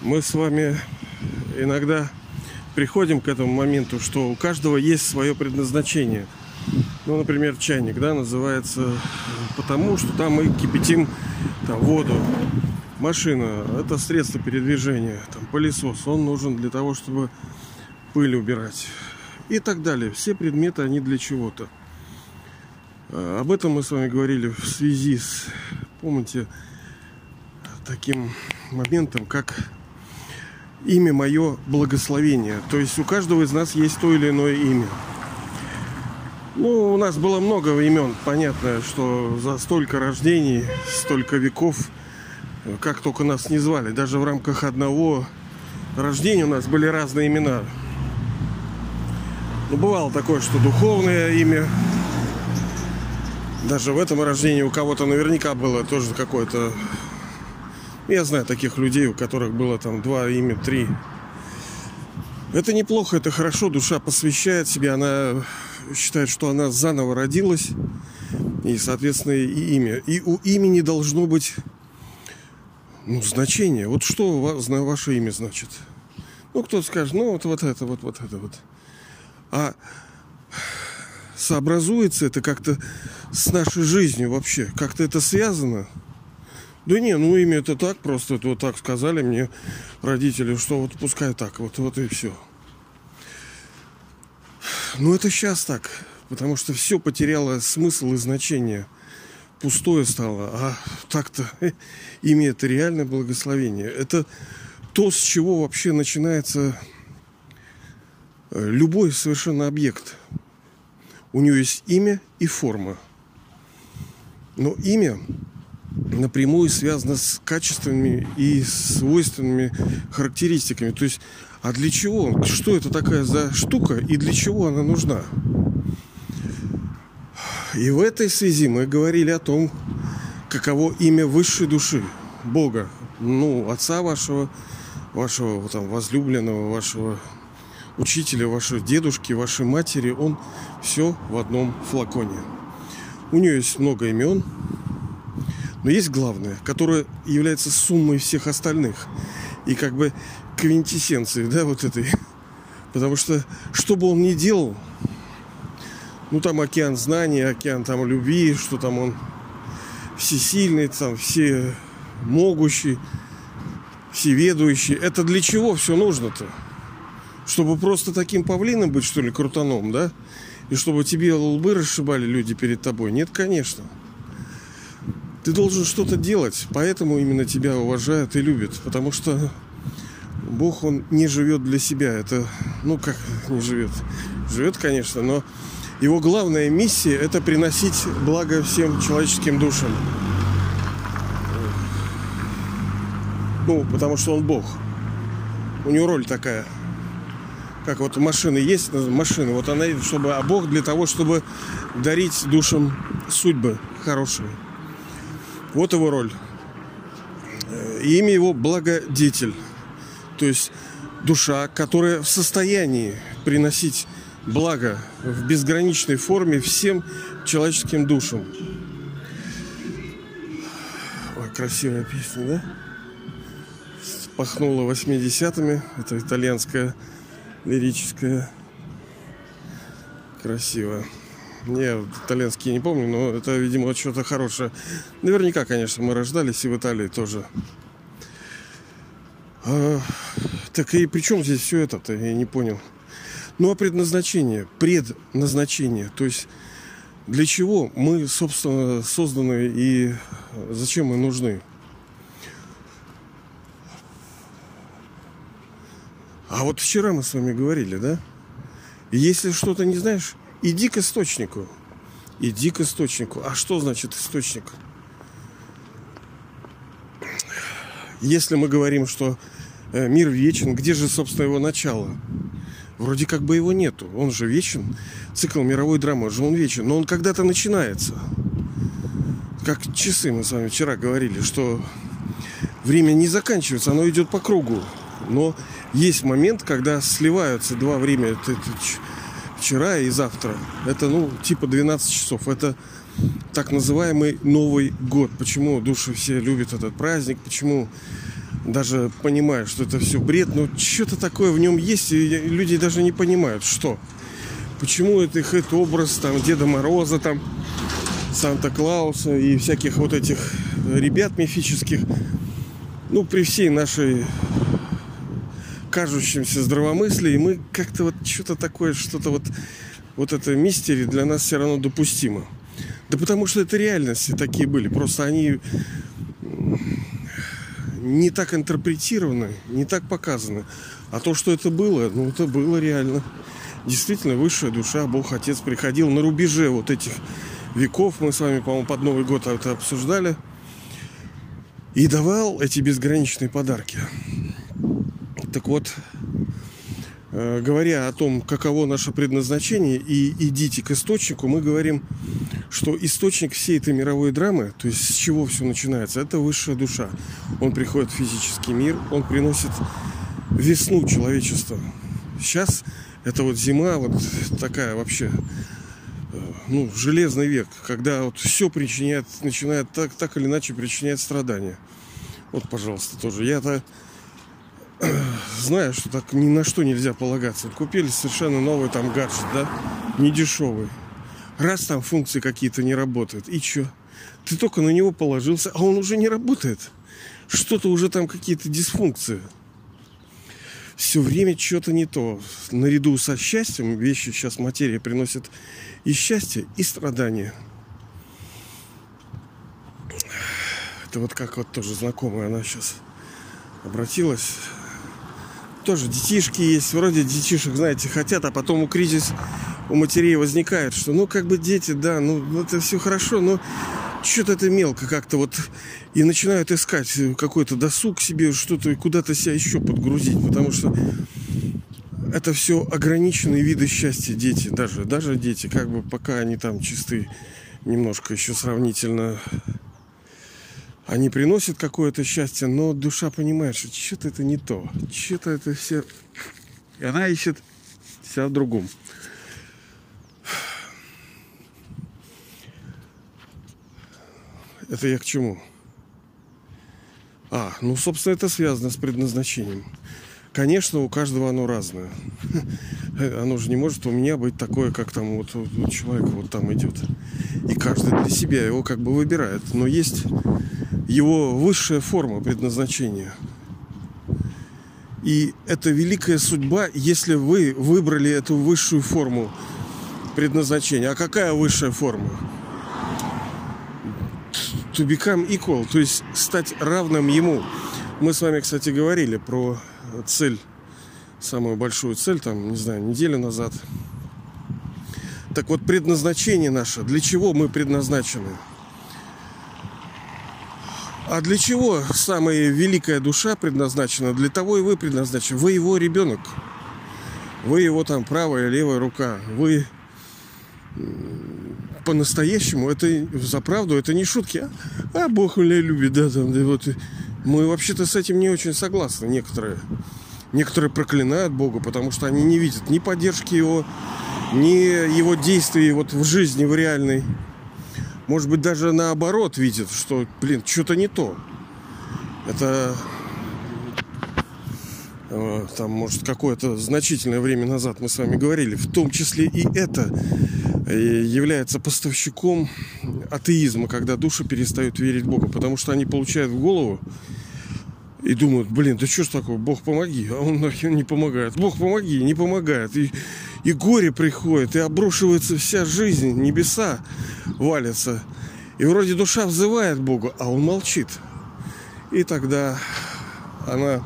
Мы с вами иногда приходим к этому моменту, что у каждого есть свое предназначение. Ну, например, чайник, да, называется потому, что там мы кипятим там воду. Машина – это средство передвижения. Там пылесос, он нужен для того, чтобы пыль убирать. И так далее. Все предметы, они для чего-то. Об этом мы с вами говорили в связи с, помните, таким моментом, как имя мое благословение. То есть у каждого из нас есть то или иное имя. Ну, у нас было много имен. Понятно, что за столько рождений, столько веков, как только нас не звали. Даже в рамках одного рождения у нас были разные имена. Но бывало такое, что духовное имя. Даже в этом рождении у кого-то наверняка было тоже какое-то... Я знаю таких людей, у которых было там 2 имя, 3. Это неплохо, это хорошо. Душа посвящает себя, она считает, что она заново родилась. И, соответственно, и имя. И у имени должно быть, ну, значение. Вот что ваше имя значит? Ну, кто-то скажет, ну, вот это вот. А сообразуется это как-то с нашей жизнью вообще? Как-то это связано? Да не, ну имя это так, просто это вот так сказали мне родители, что вот пускай так, вот и все. Ну это сейчас так, потому что все потеряло смысл и значение. Пустое стало, а так-то имя это реальное благословение. Это то, с чего вообще начинается любой совершенно объект. У него есть имя и форма. Но имя напрямую связано с качественными и свойственными характеристиками. То есть, а для чего? Что это такая за штука и для чего она нужна? И в этой связи мы говорили о том, каково имя высшей души, Бога, ну, Отца вашего там, возлюбленного, вашего учителя, вашего дедушки, вашей матери. Он все в одном флаконе. У нее есть много имен. Но есть главное, которое является суммой всех остальных. И как бы квинтэссенцией, да, вот этой. Потому что, что бы он ни делал, ну, там океан знаний, океан там любви, что там он всесильный, там всемогущий, всеведущий. Это для чего все нужно-то? Чтобы просто таким павлином быть, что ли, крутаном, да? И чтобы тебе лбы расшибали люди перед тобой? Нет, конечно. Ты должен что-то делать, поэтому именно тебя уважают и любят. Потому что Бог, Он не живет для себя. Это, ну как не живет? Живет, конечно, но Его главная миссия – это приносить благо всем человеческим душам. Ну, потому что Он Бог. У Него роль такая. Как вот машины есть, машины, вот она, чтобы, а Бог для того, чтобы дарить душам судьбы хорошие. Вот его роль. И имя его благодетель. То есть душа, которая в состоянии приносить благо в безграничной форме всем человеческим душам. Ой, красивая песня, да? Пахнула 80-ми. Это итальянская лирическая. Красиво. Я итальянский не помню, но это, видимо, что-то хорошее. Наверняка, конечно, мы рождались и в Италии тоже. Так и при чем здесь все это-то? Я не понял. Ну, а предназначение. То есть, для чего мы, собственно, созданы и зачем мы нужны? А вот вчера мы с вами говорили, да? И если что-то не знаешь, иди к источнику. Иди к источнику. А что значит источник? Если мы говорим, что мир вечен, где же, собственно, его начало? Вроде как бы его нету. Он же вечен. Цикл мировой драмы же он вечен. Но он когда-то начинается. Как часы мы с вами вчера говорили, что время не заканчивается, оно идет по кругу. Но есть момент, когда сливаются два времени. Это вчера и завтра. Это, ну, типа 12 часов. Это так называемый Новый год. Почему души все любят этот праздник? Почему даже понимая, что это все бред, но что-то такое в нем есть, и люди даже не понимают, что. Почему это их образ там Деда Мороза, там Санта-Клауса и всяких вот этих ребят мифических, ну, при всей нашей кажущемся здравомыслии, мы как-то вот что-то такое, что-то вот это мистери для нас все равно допустимо. Да потому что это реальности такие были, просто они не так интерпретированы, не так показаны. А то, что это было, ну, это было реально. Действительно, высшая душа, Бог Отец приходил на рубеже вот этих веков. Мы с вами, по-моему, под Новый год это обсуждали. И давал эти безграничные подарки. Так вот, говоря о том, каково наше предназначение, и идите к источнику, мы говорим, что источник всей этой мировой драмы, то есть с чего все начинается, это высшая душа. Он приходит в физический мир, он приносит весну человечества. Сейчас это вот зима, вот такая вообще, ну, железный век, когда вот все причиняет, начинает так или иначе причинять страдания. Вот, пожалуйста, тоже. Я-то знаю, что так ни на что нельзя полагаться. Купили совершенно новый там гаджет, да, не дешевый. Раз там функции какие-то не работают, и чё? Ты только на него положился, а он уже не работает. Что-то уже там какие-то дисфункции. Все время что-то не то. Наряду со счастьем, вещи сейчас, материя приносит и счастье, и страдания. Это вот как вот тоже знакомая, она сейчас обратилась. Тоже детишки есть, вроде детишек, знаете, хотят, а потом кризис у матерей возникает, что ну как бы дети, да, ну это все хорошо, но что-то это мелко как-то вот, и начинают искать какой-то досуг себе, что-то куда-то себя еще подгрузить, потому что это все ограниченные виды счастья, дети, даже дети, как бы пока они там чисты немножко еще сравнительно, они приносят какое-то счастье, но душа понимает, что что-то это не то, что-то это все, и она ищет себя в другом. Это я к чему? Ну, собственно, это связано с предназначением. Конечно, у каждого оно разное. Оно же не может у меня быть такое, как там вот человек вот там идет. И каждый для себя его как бы выбирает. Но есть его высшая форма предназначения. И это великая судьба, если вы выбрали эту высшую форму предназначения. А какая высшая форма? To become equal, то есть стать равным ему. Мы с вами, кстати, говорили про цель, самую большую цель, там, не знаю, неделю назад. Так вот, предназначение наше, для чего мы предназначены? А для чего самая великая душа предназначена? Для того и вы предназначены. Вы его ребенок. Вы его там правая, левая рука. Вы по-настоящему, это за правду, это не шутки. Бог меня любит, да, там, да, вот. Мы вообще-то с этим не очень согласны, некоторые. Некоторые проклинают Бога, потому что они не видят ни поддержки его, ни его действий вот в жизни, в реальной. Может быть, даже наоборот видят, что, что-то не то. Это там, может, какое-то значительное время назад мы с вами говорили, в том числе и это является поставщиком атеизма, когда души перестают верить в Бога, потому что они получают в голову и думают, да что ж такое, Бог помоги, а он нахер не помогает, Бог помоги, не помогает, и горе приходит, и обрушивается вся жизнь, небеса валятся, и вроде душа взывает Богу, а он молчит, и тогда она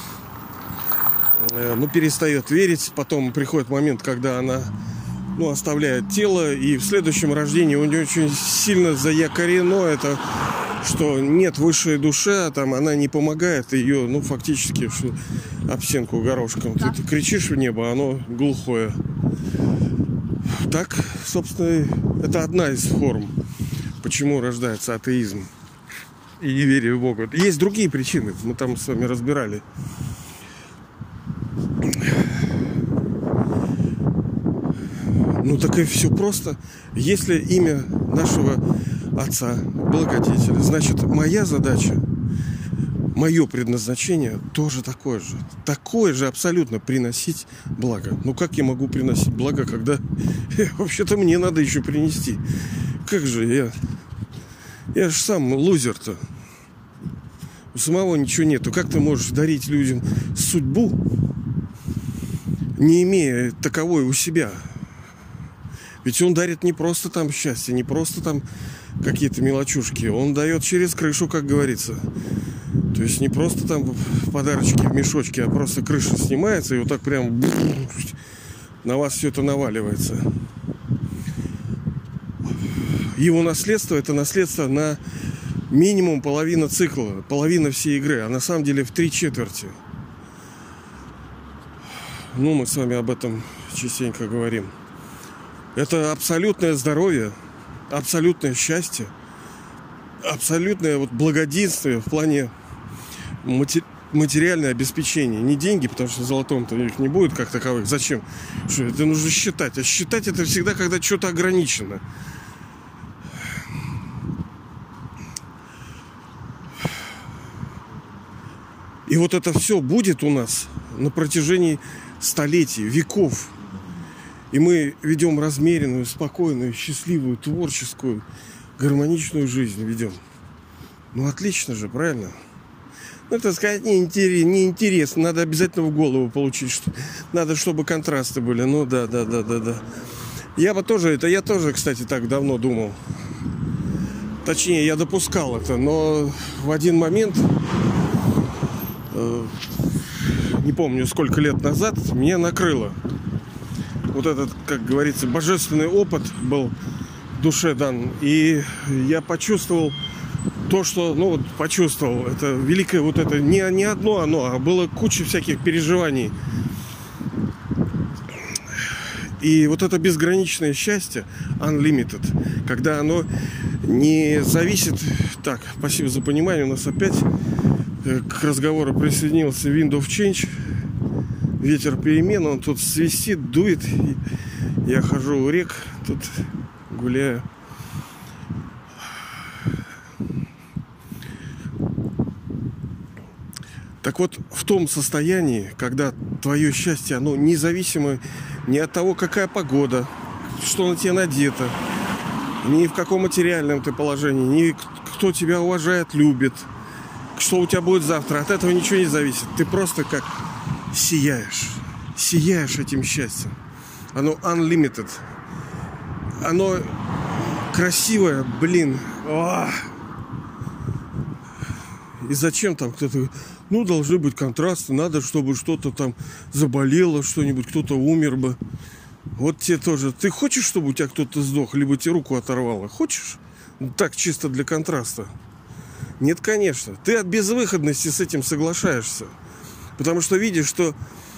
перестает верить, потом приходит момент, когда она оставляет тело, и в следующем рождении у нее очень сильно заякорено это, что нет высшей души, там она не помогает, ее, фактически, что об стенку горошком. Ты кричишь в небо, а оно глухое. Так, собственно, это одна из форм, почему рождается атеизм и неверие в Бога. Есть другие причины, мы там с вами разбирали. Так и все просто. Если имя нашего Отца, Благодетеля, значит, моя задача, мое предназначение тоже такое же абсолютно приносить благо. Ну как я могу приносить благо, когда вообще-то мне надо еще принести? Как же я же сам лузер-то. У самого ничего нету. Как ты можешь дарить людям судьбу, не имея таковой у себя? Ведь он дарит не просто там счастье, не просто там какие-то мелочушки. Он дает через крышу, как говорится. То есть не просто там подарочки в мешочке, а просто крыша снимается и вот так прям на вас все это наваливается. Его наследство — это наследство на минимум половина цикла, половина всей игры, а на самом деле в 3/4. Ну, мы с вами об этом частенько говорим. Это абсолютное здоровье, абсолютное счастье, абсолютное вот благоденствие в плане материальное обеспечение. Не деньги, потому что золотом-то их не будет как таковых. Зачем? Что это нужно считать. А считать это всегда, когда что-то ограничено. И вот это все будет у нас на протяжении столетий, веков. И мы ведем размеренную, спокойную, счастливую, творческую, гармоничную жизнь ведем. Ну, отлично же, правильно? Ну, так сказать, неинтересно. Надо обязательно в голову получить. Надо, чтобы контрасты были. Ну, да. Я тоже, кстати, так давно думал. Точнее, я допускал это. Но в один момент, не помню, сколько лет назад, меня накрыло. Вот этот, как говорится, божественный опыт был в душе дан. И я почувствовал то, что, почувствовал. Это великое вот это, не одно оно, а было куча всяких переживаний. И вот это безграничное счастье, unlimited, когда оно не зависит... Так, спасибо за понимание, у нас опять к разговору присоединился Wind of Change. Ветер перемен, он тут свистит, дует. Я хожу у рек, тут гуляю. Так вот, в том состоянии, когда твое счастье, оно независимо ни от того, какая погода, что на тебе надето, ни в каком материальном ты положении, ни кто тебя уважает, любит, что у тебя будет завтра, от этого ничего не зависит. Ты просто как сияешь этим счастьем. Оно unlimited. Оно красивое, блин. И зачем там кто-то... должны быть контрасты, надо, чтобы что-то там заболело, что-нибудь, кто-то умер бы. Вот тебе тоже. Ты хочешь, чтобы у тебя кто-то сдох, либо тебе руку оторвало? Хочешь? Так, чисто для контраста. Нет, конечно. Ты от безвыходности с этим соглашаешься. Потому что видишь, что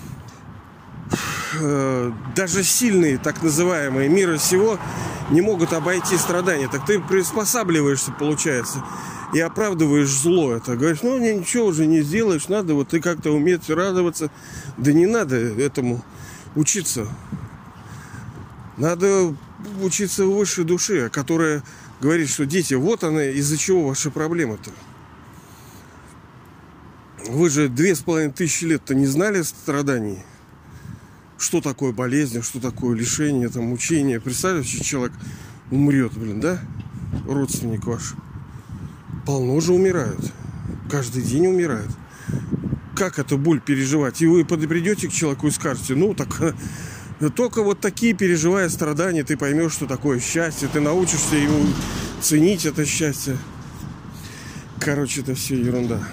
даже сильные, так называемые, мира сего не могут обойти страдания. Так ты приспосабливаешься, получается, и оправдываешь зло это. Говоришь, ничего уже не сделаешь, надо вот ты как-то уметь радоваться. Да не надо этому учиться. Надо учиться в высшей душе, которая говорит, что дети, вот она, из-за чего ваши проблемы-то. Вы же 2500 лет-то не знали страданий. Что такое болезнь, что такое лишение, там, мучение. Представляете, человек умрет, да? Родственник ваш. Полно же умирают. Каждый день умирают. Как эту боль переживать? И вы придете к человеку и скажете, только вот такие, переживая страдания, ты поймешь, что такое счастье. Ты научишься ему ценить это счастье. Короче, это все ерунда.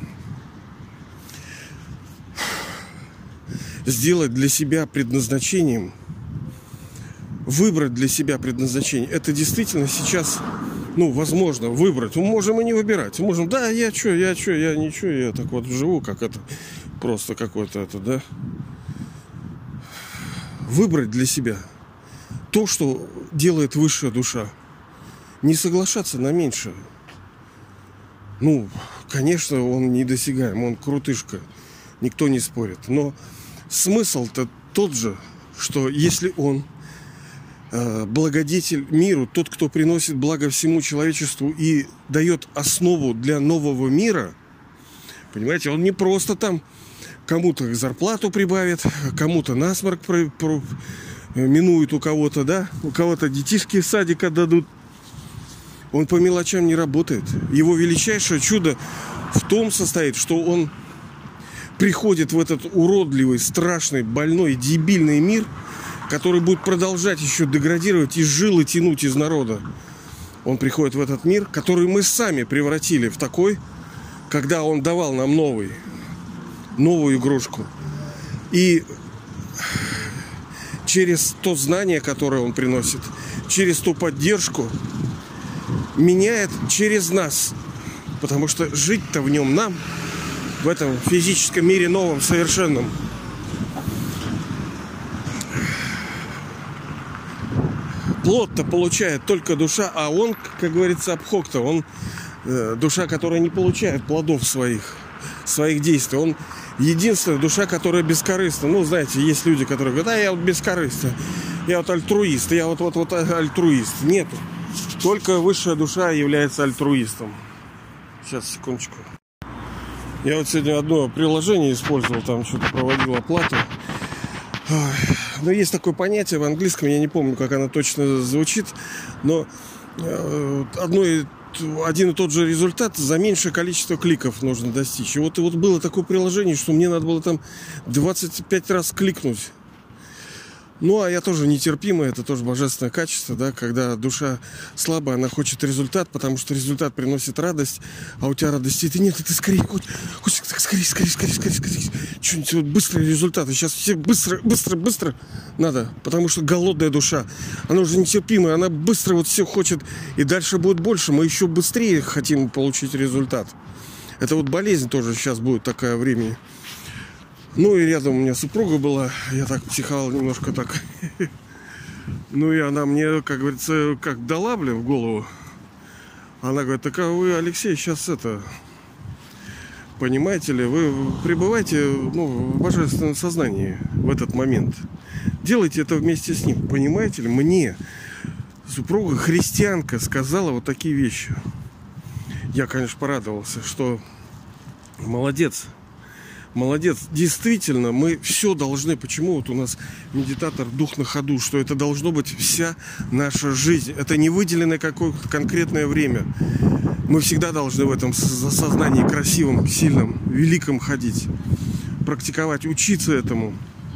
Сделать для себя предназначением, выбрать для себя предназначение, это действительно сейчас, возможно выбрать. Мы можем и не выбирать. Мы можем, я ничего, я так вот живу, как это, просто какое-то это, да. Выбрать для себя то, что делает высшая душа. Не соглашаться на меньшее. Конечно, он недосягаем, он крутышка. Никто не спорит. Но смысл-то тот же, что если он благодетель миру, тот, кто приносит благо всему человечеству и дает основу для нового мира, Понимаете, он не просто там кому-то зарплату прибавит, кому-то насморк минует у кого-то, да, у кого-то детишки из садика дадут. Он по мелочам не работает. Его величайшее чудо в том состоит, что он приходит в этот уродливый, страшный, больной, дебильный мир, который будет продолжать еще деградировать и жилы тянуть из народа. Он приходит в этот мир, который мы сами превратили в такой, когда он давал нам новую игрушку. И через то знание, которое он приносит, через ту поддержку, меняет через нас. Потому что жить-то в нем нам, в этом физическом мире новом, совершенном, плод-то получает только душа, а он, как говорится, обхок-то, он душа, которая не получает плодов своих действий. Он единственная душа, которая бескорыстна. Ну, знаете, есть люди, которые говорят: я вот бескорыстный, я вот альтруист, я вот альтруист. Нету. Только высшая душа является альтруистом. Сейчас, секундочку. Я вот сегодня одно приложение использовал, там что-то проводил оплату. Но есть такое понятие в английском, я не помню, как оно точно звучит, но один и тот же результат за меньшее количество кликов нужно достичь. И вот было такое приложение, что мне надо было там 25 раз кликнуть. Ну, а я тоже нетерпимый, это тоже божественное качество, да, когда душа слабая, она хочет результат, потому что результат приносит радость, а у тебя радости ты нет, и ты скорее хочешь скорее. Что-нибудь вот быстрые результаты. Сейчас все быстро надо, потому что голодная душа, она уже нетерпимая, она быстро вот все хочет, и дальше будет больше, мы еще быстрее хотим получить результат. Это вот болезнь тоже сейчас будет такая времени. Ну и рядом у меня супруга была, я так психовал немножко так. Ну и она мне, как говорится, как дала, в голову. Она говорит: так а вы, Алексей, сейчас понимаете ли, вы пребываете в божественном сознании в этот момент. Делайте это вместе с ним, понимаете ли? Мне супруга христианка сказала вот такие вещи. Я, конечно, порадовался, что молодец. Действительно, мы все должны. Почему вот у нас медитатор дух на ходу? Что это должно быть вся наша жизнь. Это не выделенное какое-то конкретное время. Мы всегда должны в этом сознании красивом, сильном, великом ходить. Практиковать, учиться этому.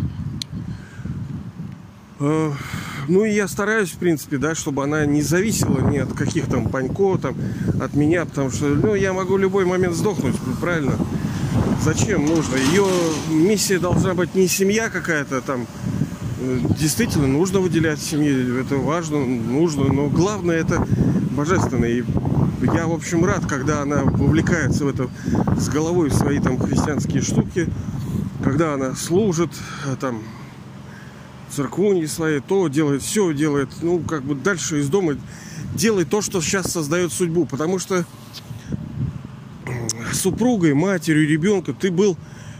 Ну и я стараюсь, в принципе, да, чтобы она не зависела ни от каких там паньков, там, от меня. Потому что я могу в любой момент сдохнуть, правильно? Зачем нужно? Ее миссия должна быть не семья какая-то там. Действительно, нужно выделять семье. Это важно, нужно. Но главное, это божественное. И я, в общем, рад, когда она вовлекается в это с головой в свои там христианские штуки. Когда она служит там церквуньи своей, то делает, все делает. Ну, как бы дальше из дома делает то, что сейчас создает судьбу. Потому что супругой, матерью ребенка ты был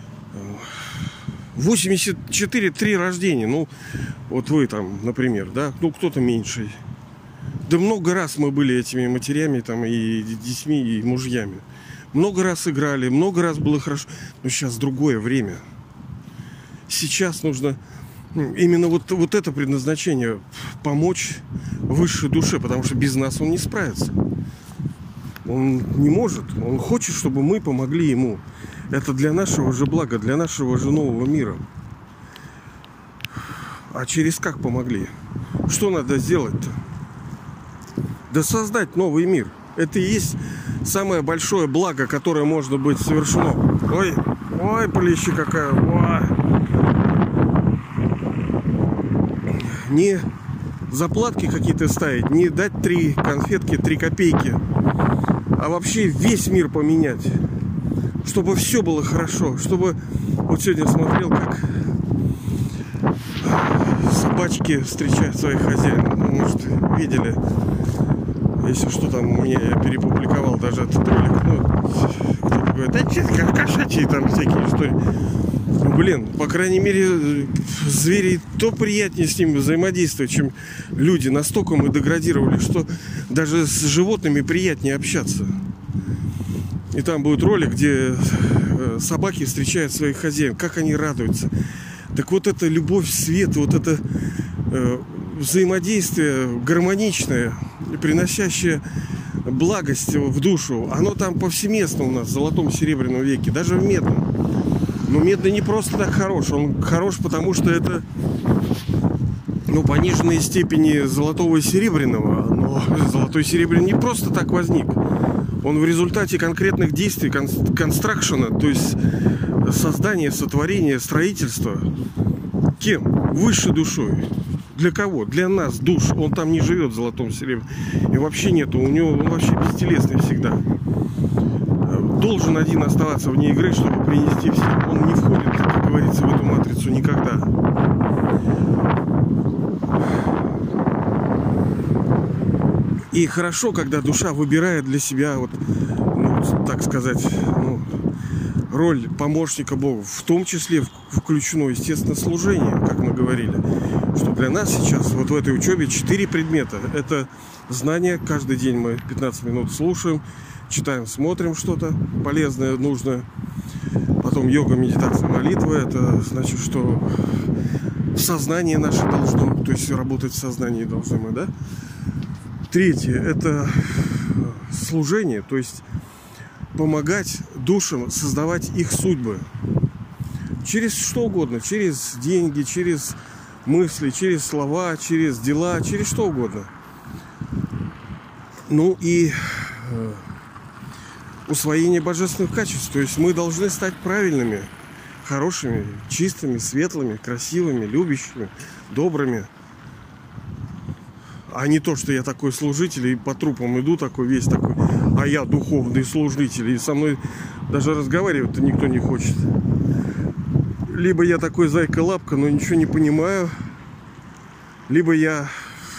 84 3 рождения. Ну, вот вы там, например, да, ну, кто-то меньше. Да много раз мы были этими матерями там и детьми, и мужьями. Много раз играли, много раз было хорошо. Но сейчас другое время. Сейчас нужно именно вот это предназначение — помочь высшей душе, потому что без нас он не справится. Он не может. Он хочет, чтобы мы помогли ему. Это для нашего же блага, для нашего же нового мира. А через как помогли? Что надо сделать-то? Да создать новый мир. Это и есть самое большое благо, которое может быть совершено. Ой, полищи какая. Ой. Не заплатки какие-то ставить, не дать 3 конфетки, 3 копейки, а вообще весь мир поменять, чтобы все было хорошо, чтобы... Вот сегодня смотрел, как собачки встречают своих хозяев. Ну, может, видели? Если что, там у меня, я перепубликовал даже этот ролик. Ну, кто-то говорит: да че, как кошачьи там всякие истории. Блин, по крайней мере, звери то приятнее с ними взаимодействовать, чем люди. Настолько мы деградировали, что даже с животными приятнее общаться. И там будет ролик, где собаки встречают своих хозяев, как они радуются. Так вот эта любовь, свет, вот это взаимодействие гармоничное, приносящее благость в душу, оно там повсеместно у нас в золотом серебряном веке, даже в медном. Но медный не просто так хорош, он хорош, потому что это пониженные степени золотого и серебряного. Но золотой и серебряный не просто так возник. Он в результате конкретных действий, констракшена, то есть создания, сотворения, строительства. Кем? Высшей душой. Для кого? Для нас, душ. Он там не живет в золотом серебряном. И вообще нету. У него он вообще бестелесный всегда. Должен один оставаться вне игры, чтобы принести всем. Он не входит, как говорится, в эту матрицу никогда. И хорошо, когда душа выбирает для себя, так сказать, роль помощника Богу. В том числе включено, естественно, служение, как мы говорили. Что для нас сейчас, в этой учебе 4 предмета. Это знания. Каждый день мы 15 минут слушаем, читаем, смотрим что-то полезное, нужное. Потом йога, медитация, молитва. Это значит, что в сознании наше должно, то есть работать в сознании должны мы, да? Третье – это служение, то есть помогать душам создавать их судьбы. Через что угодно, через деньги, через мысли, через слова, через дела, через что угодно. И усвоение божественных качеств. То есть мы должны стать правильными, хорошими, чистыми, светлыми, красивыми, любящими, добрыми. А не то, что я такой служитель и по трупам иду такой весь такой, а я духовный служитель. И со мной даже разговаривать-то никто не хочет. Либо я такой зайка-лапка, но ничего не понимаю. Либо я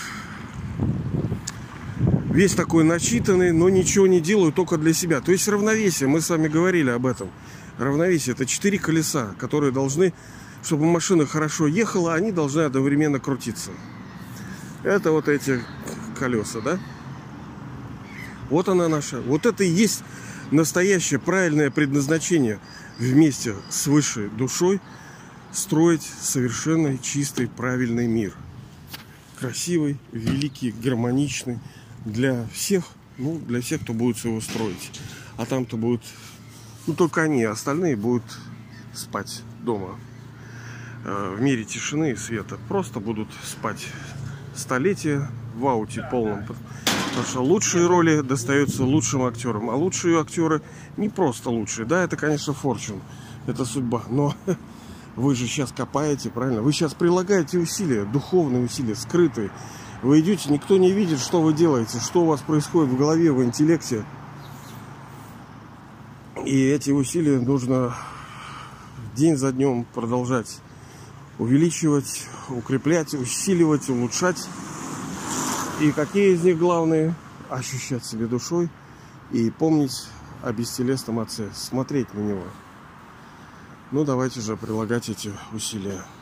весь такой начитанный, но ничего не делаю, только для себя. То есть равновесие, мы с вами говорили об этом. Равновесие – это 4 колеса, которые должны, чтобы машина хорошо ехала, они должны одновременно крутиться. Это вот эти колеса, да? Вот она наша. Вот это и есть настоящее правильное предназначение вместе с высшей душой строить совершенный, чистый, правильный мир. Красивый, великий, гармоничный для всех, для всех, кто будет его строить. А там-то будут, только они, а остальные будут спать дома. В мире тишины и света. Просто будут спать столетия в ауте полном. Потому что лучшие роли достаются лучшим актерам. А лучшие актеры не просто лучшие. Да, это, конечно, форчун. Это судьба. Но вы же сейчас копаете, правильно? Вы сейчас прилагаете усилия, духовные усилия, скрытые. Вы идете, никто не видит, что вы делаете, что у вас происходит в голове, в интеллекте. И эти усилия нужно день за днем продолжать увеличивать, укреплять, усиливать, улучшать. И какие из них главные? Ощущать себе душой и помнить о бестелесном Отце, смотреть на Него. Давайте же прилагать эти усилия.